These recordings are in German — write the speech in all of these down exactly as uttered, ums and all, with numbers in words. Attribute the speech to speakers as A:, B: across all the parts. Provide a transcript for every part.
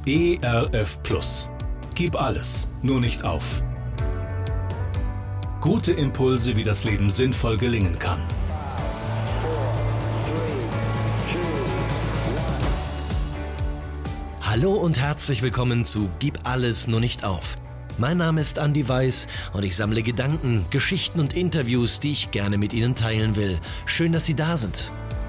A: E R F Plus. Gib alles, nur nicht auf. Gute Impulse, wie das Leben sinnvoll gelingen kann.
B: Hallo und herzlich willkommen zu Gib alles, nur nicht auf. Mein Name ist Andi Weiß und ich sammle Gedanken, Geschichten und Interviews, die ich gerne mit Ihnen teilen will. Schön, dass Sie da sind.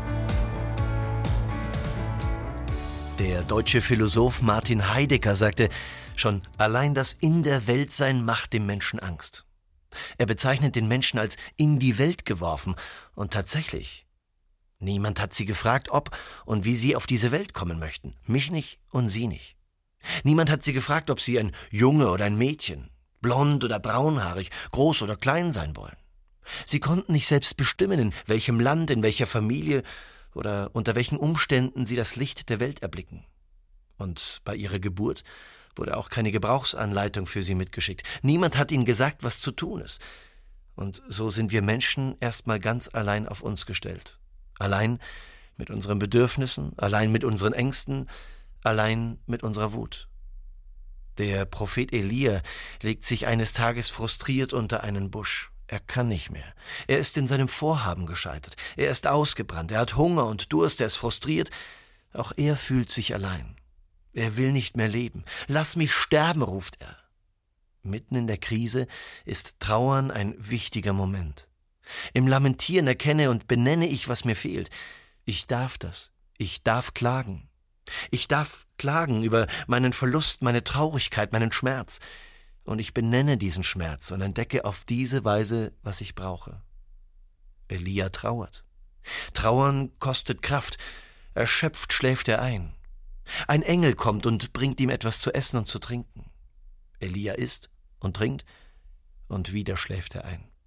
B: Der deutsche Philosoph Martin Heidegger sagte, schon allein das In der Welt sein macht dem Menschen Angst. Er bezeichnet den Menschen als in die Welt geworfen und tatsächlich, niemand hat sie gefragt, ob und wie sie auf diese Welt kommen möchten. Mich nicht und sie nicht. Niemand hat sie gefragt, ob sie ein Junge oder ein Mädchen, blond oder braunhaarig, groß oder klein sein wollen. Sie konnten nicht selbst bestimmen, in welchem Land, in welcher Familie oder unter welchen Umständen sie das Licht der Welt erblicken. Und bei ihrer Geburt wurde auch keine Gebrauchsanleitung für sie mitgeschickt. Niemand hat ihnen gesagt, was zu tun ist. Und so sind wir Menschen erstmal ganz allein auf uns gestellt. Allein mit unseren Bedürfnissen, allein mit unseren Ängsten, allein mit unserer Wut. Der Prophet Elia legt sich eines Tages frustriert unter einen Busch. Er kann nicht mehr. Er ist in seinem Vorhaben gescheitert. Er ist ausgebrannt. Er hat Hunger und Durst. Er ist frustriert. Auch er fühlt sich allein. Er will nicht mehr leben. Lass mich sterben, ruft er. Mitten in der Krise ist Trauern ein wichtiger Moment. Im Lamentieren erkenne und benenne ich, was mir fehlt. Ich darf das. Ich darf klagen. Ich darf klagen über meinen Verlust, meine Traurigkeit, meinen Schmerz. Und ich benenne diesen Schmerz und entdecke auf diese Weise, was ich brauche. Elia trauert. Trauern kostet Kraft. Erschöpft schläft er ein. Ein Engel kommt und bringt ihm etwas zu essen und zu trinken. Elia isst und trinkt und wieder schläft er ein.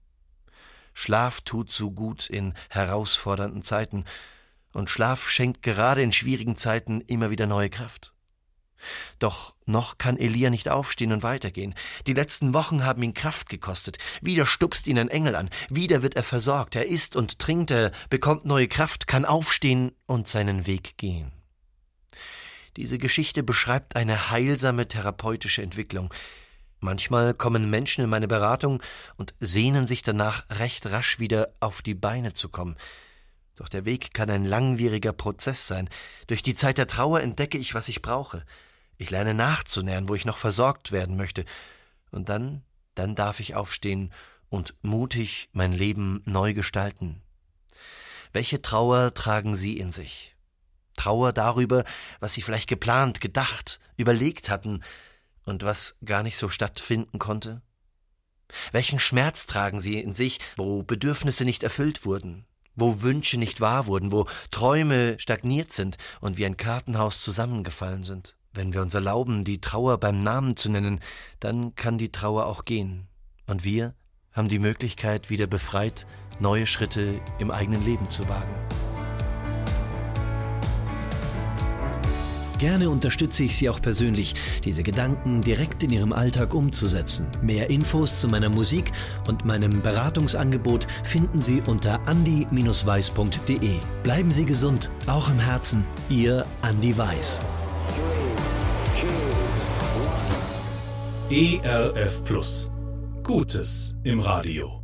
B: Schlaf tut so gut in herausfordernden Zeiten und Schlaf schenkt gerade in schwierigen Zeiten immer wieder neue Kraft. Doch noch kann Elia nicht aufstehen und weitergehen. Die letzten Wochen haben ihn Kraft gekostet. Wieder stupst ihn ein Engel an. Wieder wird er versorgt. Er isst und trinkt, er bekommt neue Kraft, kann aufstehen und seinen Weg gehen. Diese Geschichte beschreibt eine heilsame therapeutische Entwicklung. Manchmal kommen Menschen in meine Beratung und sehnen sich danach, recht rasch wieder auf die Beine zu kommen. Doch der Weg kann ein langwieriger Prozess sein. Durch die Zeit der Trauer entdecke ich, was ich brauche. Ich lerne nachzunähern, wo ich noch versorgt werden möchte. Und dann, dann darf ich aufstehen und mutig mein Leben neu gestalten. Welche Trauer tragen Sie in sich? Trauer darüber, was Sie vielleicht geplant, gedacht, überlegt hatten und was gar nicht so stattfinden konnte? Welchen Schmerz tragen Sie in sich, wo Bedürfnisse nicht erfüllt wurden, wo Wünsche nicht wahr wurden, wo Träume stagniert sind und wie ein Kartenhaus zusammengefallen sind? Wenn wir uns erlauben, die Trauer beim Namen zu nennen, dann kann die Trauer auch gehen. Und wir haben die Möglichkeit, wieder befreit, neue Schritte im eigenen Leben zu wagen. Gerne unterstütze ich Sie auch persönlich, diese Gedanken direkt in Ihrem Alltag umzusetzen. Mehr Infos zu meiner Musik und meinem Beratungsangebot finden Sie unter andi Bindestrich weiß punkt de. Bleiben Sie gesund, auch im Herzen. Ihr Andi Weiß.
A: E R F Plus. Gutes im Radio.